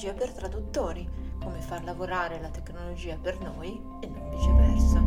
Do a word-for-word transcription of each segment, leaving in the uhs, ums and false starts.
tecnologia per traduttori, come far lavorare la tecnologia per noi e non viceversa.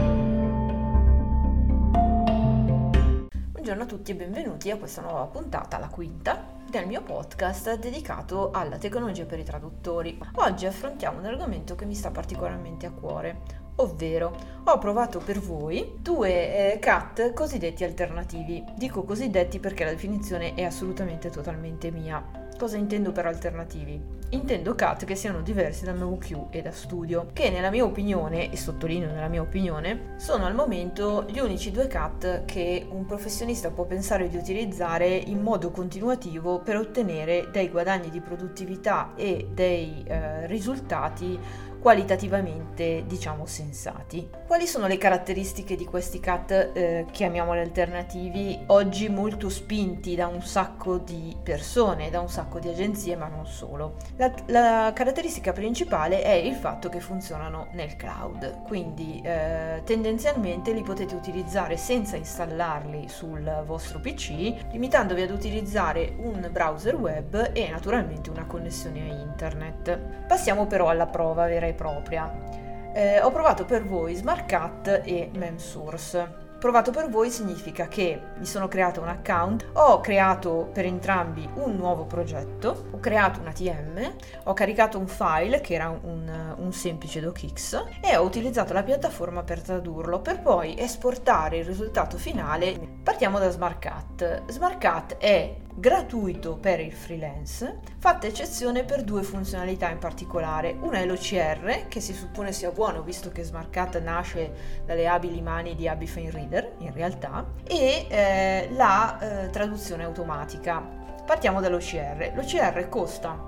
Buongiorno a tutti e benvenuti a questa nuova puntata, la quinta, del mio podcast dedicato alla tecnologia per i traduttori. Oggi affrontiamo un argomento che mi sta particolarmente a cuore, ovvero ho provato per voi due eh, C A T cosiddetti alternativi. Dico cosiddetti perché la definizione è assolutamente totalmente mia. Cosa intendo per alternativi? Intendo C A T che siano diversi da M V Q e da studio, che nella mia opinione, e sottolineo nella mia opinione, sono al momento gli unici due C A T che un professionista può pensare di utilizzare in modo continuativo per ottenere dei guadagni di produttività e dei eh, risultati qualitativamente, diciamo, sensati. Quali sono le caratteristiche di questi C A T, eh, chiamiamoli alternativi, oggi molto spinti da un sacco di persone, da un sacco di agenzie, ma non solo? La, la caratteristica principale è il fatto che funzionano nel cloud, quindi eh, tendenzialmente li potete utilizzare senza installarli sul vostro P C, limitandovi ad utilizzare un browser web e naturalmente una connessione a internet. Passiamo però alla prova vera e propria. Eh, ho provato per voi SmartCat e MemSource. Provato per voi significa che mi sono creato un account, ho creato per entrambi un nuovo progetto, ho creato una T M, ho caricato un file che era un, un semplice docx e ho utilizzato la piattaforma per tradurlo, per poi esportare il risultato finale. Partiamo da SmartCat. SmartCat è gratuito per il freelance, fatta eccezione per due funzionalità in particolare. Una è l'O C R, che si suppone sia buono visto che SmartCat nasce dalle abili mani di Abby Feinreader in realtà, e eh, la eh, traduzione automatica. Partiamo dall'O C R. L'O C R costa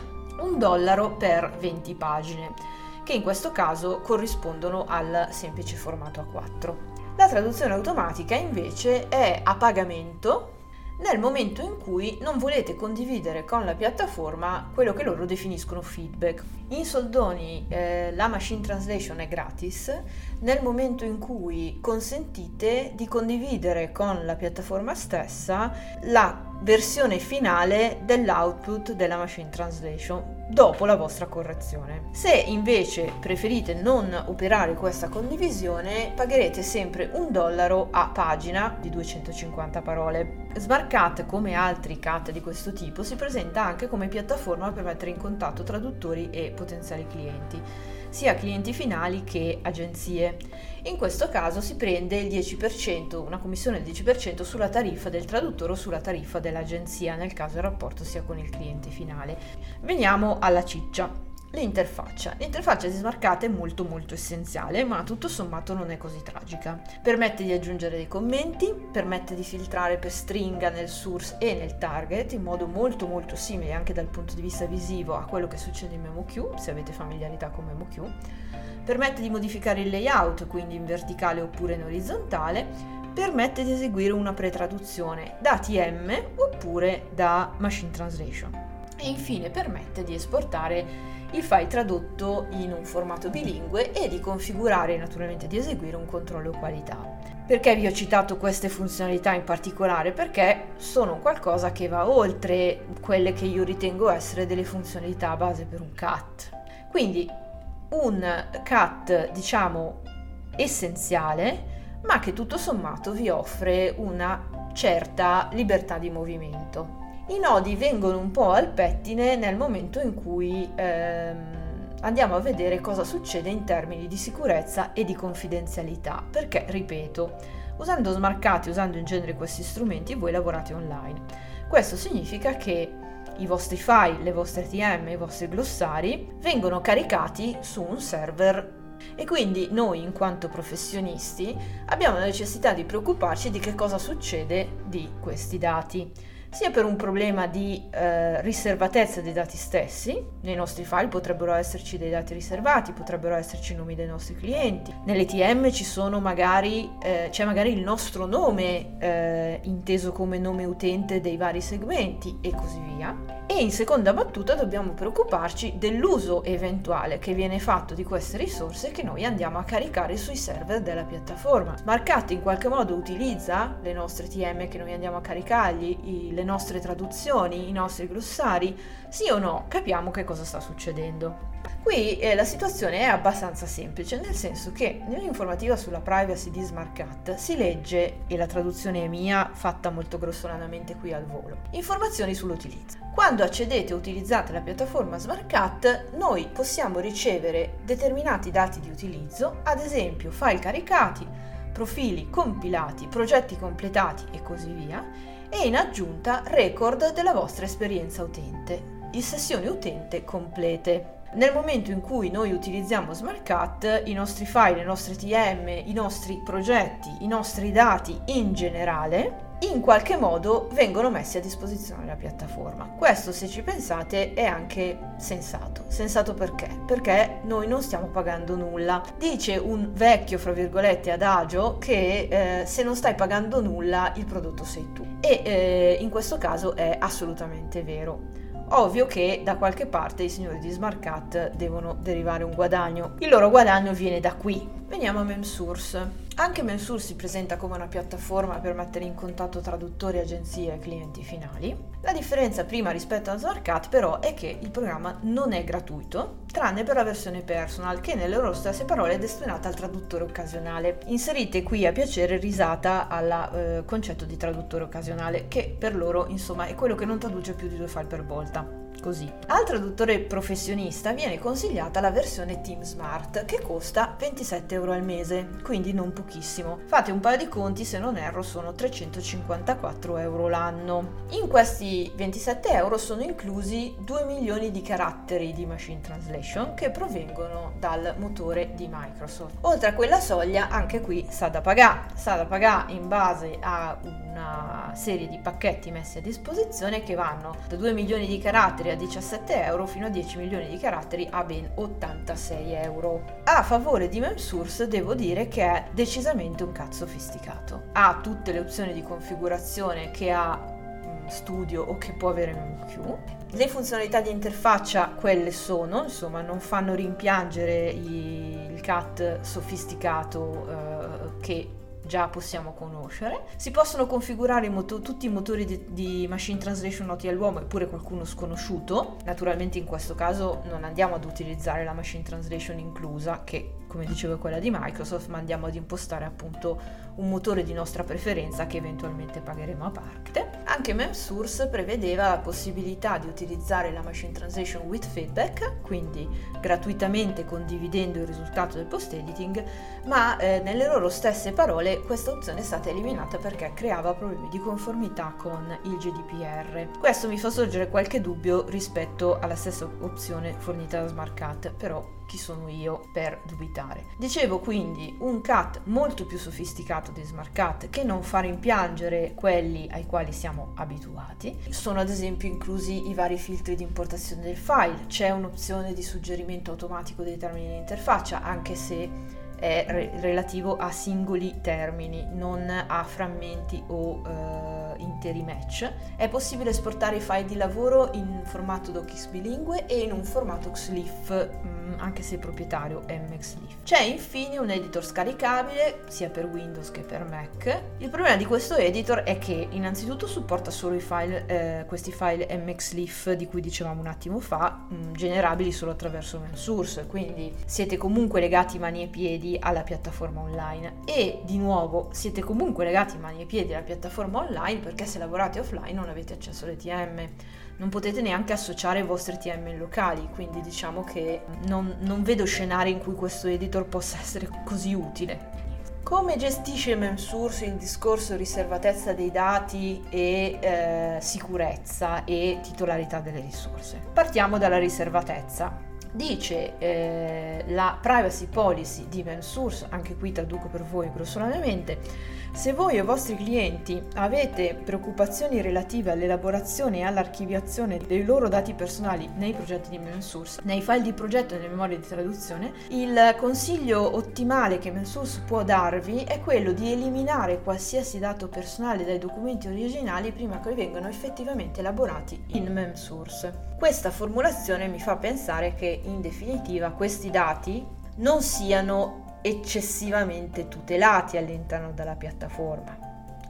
un dollaro per venti pagine, che in questo caso corrispondono al semplice formato A quattro. La traduzione automatica invece è a pagamento nel momento in cui non volete condividere con la piattaforma quello che loro definiscono feedback. In soldoni eh, la machine translation è gratis nel momento in cui consentite di condividere con la piattaforma stessa la versione finale dell'output della machine translation dopo la vostra correzione. Se invece preferite non operare questa condivisione, pagherete sempre un dollaro a pagina di duecentocinquanta parole. SmartCat, come altri C A T di questo tipo, si presenta anche come piattaforma per mettere in contatto traduttori e potenziali clienti, sia clienti finali che agenzie. In questo caso si prende il dieci per cento, una commissione del dieci per cento sulla tariffa del traduttore o sulla tariffa dell'agenzia, nel caso il rapporto sia con il cliente finale. Veniamo alla ciccia. L'interfaccia. L'interfaccia di SmartCat è molto molto essenziale, ma tutto sommato non è così tragica. Permette di aggiungere dei commenti, permette di filtrare per stringa nel source e nel target in modo molto molto simile anche dal punto di vista visivo a quello che succede in MemoQ, se avete familiarità con MemoQ. Permette di modificare il layout, quindi in verticale oppure in orizzontale. Permette di eseguire una pretraduzione da T M oppure da machine translation. E infine permette di esportare il file tradotto in un formato bilingue e di configurare e naturalmente di eseguire un controllo qualità. Perché vi ho citato queste funzionalità in particolare? Perché sono qualcosa che va oltre quelle che io ritengo essere delle funzionalità base per un C A T. Quindi un C A T, diciamo, essenziale, ma che tutto sommato vi offre una certa libertà di movimento. I nodi vengono un po' al pettine nel momento in cui ehm, andiamo a vedere cosa succede in termini di sicurezza e di confidenzialità, perché, ripeto, usando SmartCat e usando in genere questi strumenti voi lavorate online. Questo significa che i vostri file, le vostre T M, i vostri glossari vengono caricati su un server e quindi noi in quanto professionisti abbiamo la necessità di preoccuparci di che cosa succede di questi dati, sia per un problema di eh, riservatezza dei dati stessi. Nei nostri file potrebbero esserci dei dati riservati, potrebbero esserci i nomi dei nostri clienti, nelle T M ci sono magari eh, c'è magari il nostro nome eh, inteso come nome utente dei vari segmenti e così via. E in seconda battuta dobbiamo preoccuparci dell'uso eventuale che viene fatto di queste risorse che noi andiamo a caricare sui server della piattaforma. SmartCat in qualche modo utilizza le nostre T M che noi andiamo a caricargli, il le nostre traduzioni, i nostri glossari? Sì o no? Capiamo che cosa sta succedendo. Qui eh, la situazione è abbastanza semplice, nel senso che nell'informativa sulla privacy di SmartCat si legge, e la traduzione è mia, fatta molto grossolanamente qui al volo, informazioni sull'utilizzo. Quando accedete e utilizzate la piattaforma SmartCat, noi possiamo ricevere determinati dati di utilizzo, ad esempio file caricati, profili compilati, progetti completati e così via, e in aggiunta record della vostra esperienza utente, di sessioni utente complete. Nel momento in cui noi utilizziamo SmartCat, i nostri file, le nostre T M, i nostri progetti, i nostri dati in generale, in qualche modo vengono messi a disposizione della piattaforma. Questo, se ci pensate, è anche sensato. Sensato perché? Perché noi non stiamo pagando nulla. Dice un vecchio, fra virgolette, adagio che eh, se non stai pagando nulla, il prodotto sei tu. E eh, in questo caso è assolutamente vero. Ovvio che da qualche parte i signori di SmartCat devono derivare un guadagno. Il loro guadagno viene da qui. Veniamo a MemSource. Anche MemSource si presenta come una piattaforma per mettere in contatto traduttori, agenzie e clienti finali. La differenza prima rispetto a SmartCat però è che il programma non è gratuito, tranne per la versione personal, che nelle loro stesse parole è destinata al traduttore occasionale. Inserite qui a piacere risata al eh, concetto di traduttore occasionale, che per loro insomma è quello che non traduce più di due file per volta. Così. Al traduttore professionista viene consigliata la versione Team Smart, che costa ventisette euro al mese, quindi non pochissimo. Fate un paio di conti, se non erro sono trecentocinquantaquattro euro l'anno. In questi ventisette euro sono inclusi due milioni di caratteri di machine translation che provengono dal motore di Microsoft. Oltre a quella soglia, anche qui sa da pagare, sa da pagare in base a una serie di pacchetti messi a disposizione che vanno da due milioni di caratteri a diciassette euro fino a dieci milioni di caratteri a ben ottantasei euro. A favore di MemSource devo dire che è decisamente un cat sofisticato. Ha tutte le opzioni di configurazione che ha Studio o che può avere MemQ. Le funzionalità di interfaccia quelle sono, insomma, non fanno rimpiangere il cat sofisticato eh, che già possiamo conoscere. Si possono configurare i moto- tutti i motori di, di machine translation noti all'uomo, eppure qualcuno sconosciuto. Naturalmente in questo caso non andiamo ad utilizzare la machine translation inclusa, che come dicevo è quella di Microsoft, ma andiamo ad impostare appunto un motore di nostra preferenza che eventualmente pagheremo a parte. Anche MemSource prevedeva la possibilità di utilizzare la machine translation with feedback, quindi gratuitamente condividendo il risultato del post editing, ma eh, nelle loro stesse parole questa opzione è stata eliminata perché creava problemi di conformità con il G D P R. Questo mi fa sorgere qualche dubbio rispetto alla stessa opzione fornita da SmartCat, però chi sono io per dubitare. Dicevo quindi un cat molto più sofisticato di SmartCat che non fa rimpiangere quelli ai quali siamo abituati. Sono ad esempio inclusi i vari filtri di importazione del file, c'è un'opzione di suggerimento automatico dei termini di interfaccia, anche se è re- relativo a singoli termini, non a frammenti o uh, interi match. È possibile esportare i file di lavoro in formato docx bilingue e in un formato xlif, mh, anche se proprietario è mxlif. C'è infine un editor scaricabile sia per Windows che per Mac. Il problema di questo editor è che innanzitutto supporta solo i file, eh, questi file mxlif di cui dicevamo un attimo fa, mh, generabili solo attraverso MemSource, quindi siete comunque legati mani e piedi alla piattaforma online e di nuovo siete comunque legati mani e piedi alla piattaforma online perché se lavorate offline non avete accesso alle T M, non potete neanche associare i vostri T M locali, quindi diciamo che non, non vedo scenari in cui questo editor possa essere così utile. Come gestisce MemSource il discorso riservatezza dei dati e eh, sicurezza e titolarità delle risorse? Partiamo dalla riservatezza. Dice eh, la privacy policy di MemSource, anche qui traduco per voi grossolanamente: se voi o i vostri clienti avete preoccupazioni relative all'elaborazione e all'archiviazione dei loro dati personali nei progetti di MemSource, nei file di progetto e nelle memorie di traduzione, il consiglio ottimale che MemSource può darvi è quello di eliminare qualsiasi dato personale dai documenti originali prima che vengano effettivamente elaborati in MemSource. Questa formulazione mi fa pensare che in definitiva questi dati non siano eccessivamente tutelati all'interno della piattaforma.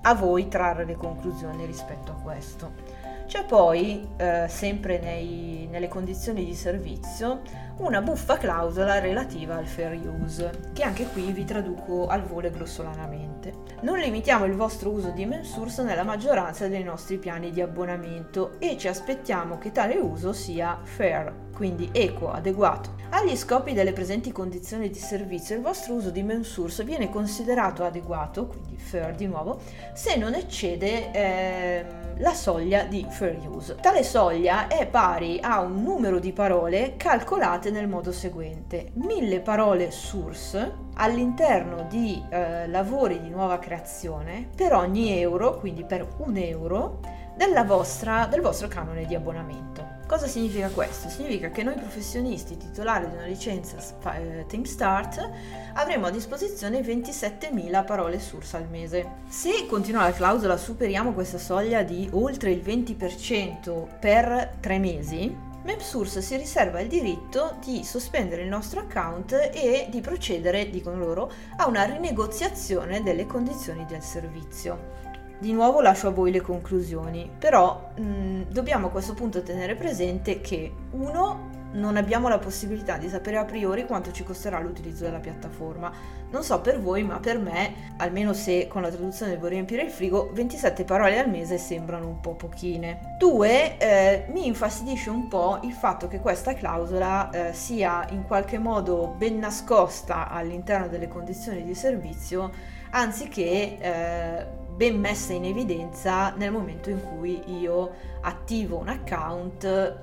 a voi trarre le conclusioni rispetto a questo. C'è poi, eh, sempre nei, nelle condizioni di servizio, una buffa clausola relativa al fair use, che anche qui vi traduco al volo e grossolanamente. Non limitiamo il vostro uso di MemSource nella maggioranza dei nostri piani di abbonamento e ci aspettiamo che tale uso sia fair, quindi equo, adeguato. Agli scopi delle presenti condizioni di servizio, il vostro uso di MemSource viene considerato adeguato, quindi fair di nuovo, se non eccede ehm, la soglia di fair use. Tale soglia è pari a un numero di parole calcolate nel modo seguente: mille parole source all'interno di eh, lavori di nuova creazione per ogni euro, quindi per un euro, della vostra, del vostro canone di abbonamento. Cosa significa questo? Significa che noi professionisti titolari di una licenza eh, ThemeStart avremo a disposizione ventisettemila parole source al mese. Se continua la clausola superiamo questa soglia di oltre il venti per cento per tre mesi, MemSource si riserva il diritto di sospendere il nostro account e di procedere, dicono loro, a una rinegoziazione delle condizioni del servizio. Di nuovo lascio a voi le conclusioni, però mh, dobbiamo a questo punto tenere presente che uno, non abbiamo la possibilità di sapere a priori quanto ci costerà l'utilizzo della piattaforma. Non so per voi, ma per me, almeno se con la traduzione devo riempire il frigo, ventisette parole al mese sembrano un po' pochine. Due, eh, mi infastidisce un po' il fatto che questa clausola eh, sia in qualche modo ben nascosta all'interno delle condizioni di servizio, anziché eh, ben messa in evidenza nel momento in cui io attivo un account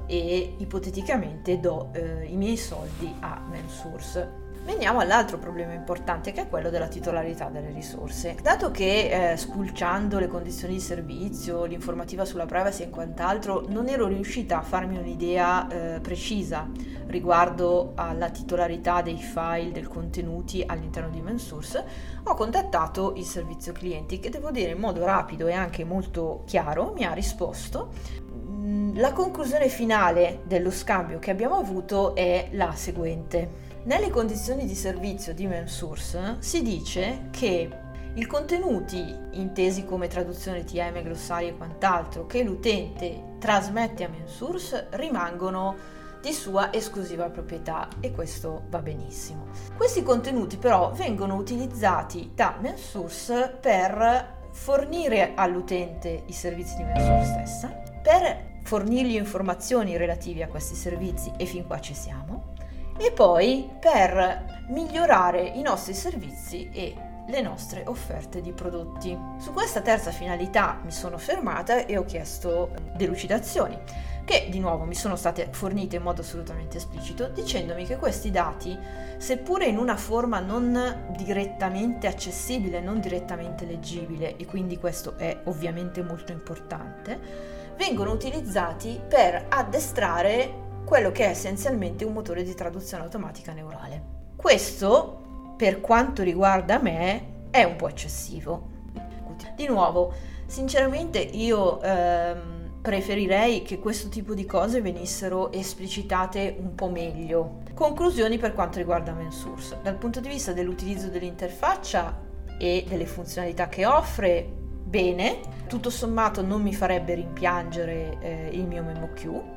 e ipoteticamente do eh, i miei soldi a MemSource. Veniamo all'altro problema importante, che è quello della titolarità delle risorse. Dato che eh, spulciando le condizioni di servizio, l'informativa sulla privacy e quant'altro, non ero riuscita a farmi un'idea eh, precisa riguardo alla titolarità dei file, dei contenuti all'interno di MemSource, ho contattato il servizio clienti che, devo dire, in modo rapido e anche molto chiaro mi ha risposto. La conclusione finale dello scambio che abbiamo avuto è la seguente. Nelle condizioni di servizio di MemSource si dice che i contenuti, intesi come traduzione T M, glossari e quant'altro, che l'utente trasmette a MemSource rimangono di sua esclusiva proprietà, e questo va benissimo. Questi contenuti però vengono utilizzati da MemSource per fornire all'utente i servizi di MemSource stessa, per fornirgli informazioni relative a questi servizi, e fin qua ci siamo, e poi per migliorare i nostri servizi e le nostre offerte di prodotti. Su questa terza finalità mi sono fermata e ho chiesto delucidazioni, che di nuovo mi sono state fornite in modo assolutamente esplicito, dicendomi che questi dati, seppure in una forma non direttamente accessibile, non direttamente leggibile, e quindi questo è ovviamente molto importante, vengono utilizzati per addestrare quello che è essenzialmente un motore di traduzione automatica neurale. Questo, per quanto riguarda me, è un po' eccessivo. Di nuovo, sinceramente io ehm, preferirei che questo tipo di cose venissero esplicitate un po' meglio. Conclusioni per quanto riguarda MemSource. Dal punto di vista dell'utilizzo dell'interfaccia e delle funzionalità che offre, bene, tutto sommato non mi farebbe rimpiangere eh, il mio MemoQ.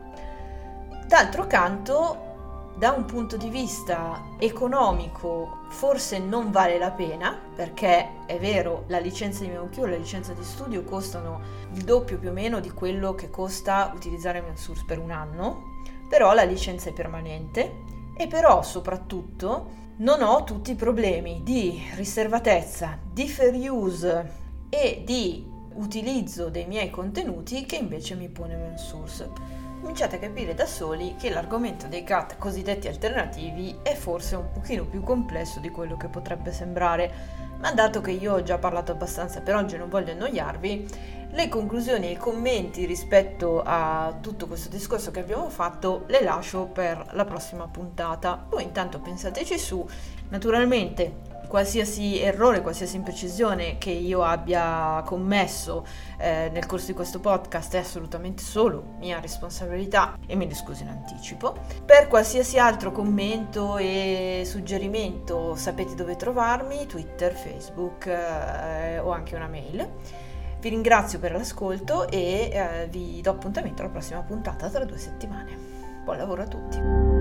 D'altro canto, da un punto di vista economico, forse non vale la pena, perché è vero, la licenza di MemoQ e la licenza di studio costano il doppio più o meno di quello che costa utilizzare MemSource per un anno, però la licenza è permanente, e però soprattutto non ho tutti i problemi di riservatezza, di fair use e di utilizzo dei miei contenuti che invece mi pone MemSource. Cominciate a capire da soli che l'argomento dei C A T cosiddetti alternativi è forse un pochino più complesso di quello che potrebbe sembrare, ma dato che io ho già parlato abbastanza per oggi e non voglio annoiarvi, le conclusioni e i commenti rispetto a tutto questo discorso che abbiamo fatto le lascio per la prossima puntata. Voi intanto pensateci su. Naturalmente qualsiasi errore, qualsiasi imprecisione che io abbia commesso eh, nel corso di questo podcast è assolutamente solo mia responsabilità e me ne scuso in anticipo. Per qualsiasi altro commento e suggerimento sapete dove trovarmi: Twitter, Facebook eh, o anche una mail. Vi ringrazio per l'ascolto e eh, vi do appuntamento alla prossima puntata tra due settimane. Buon lavoro a tutti!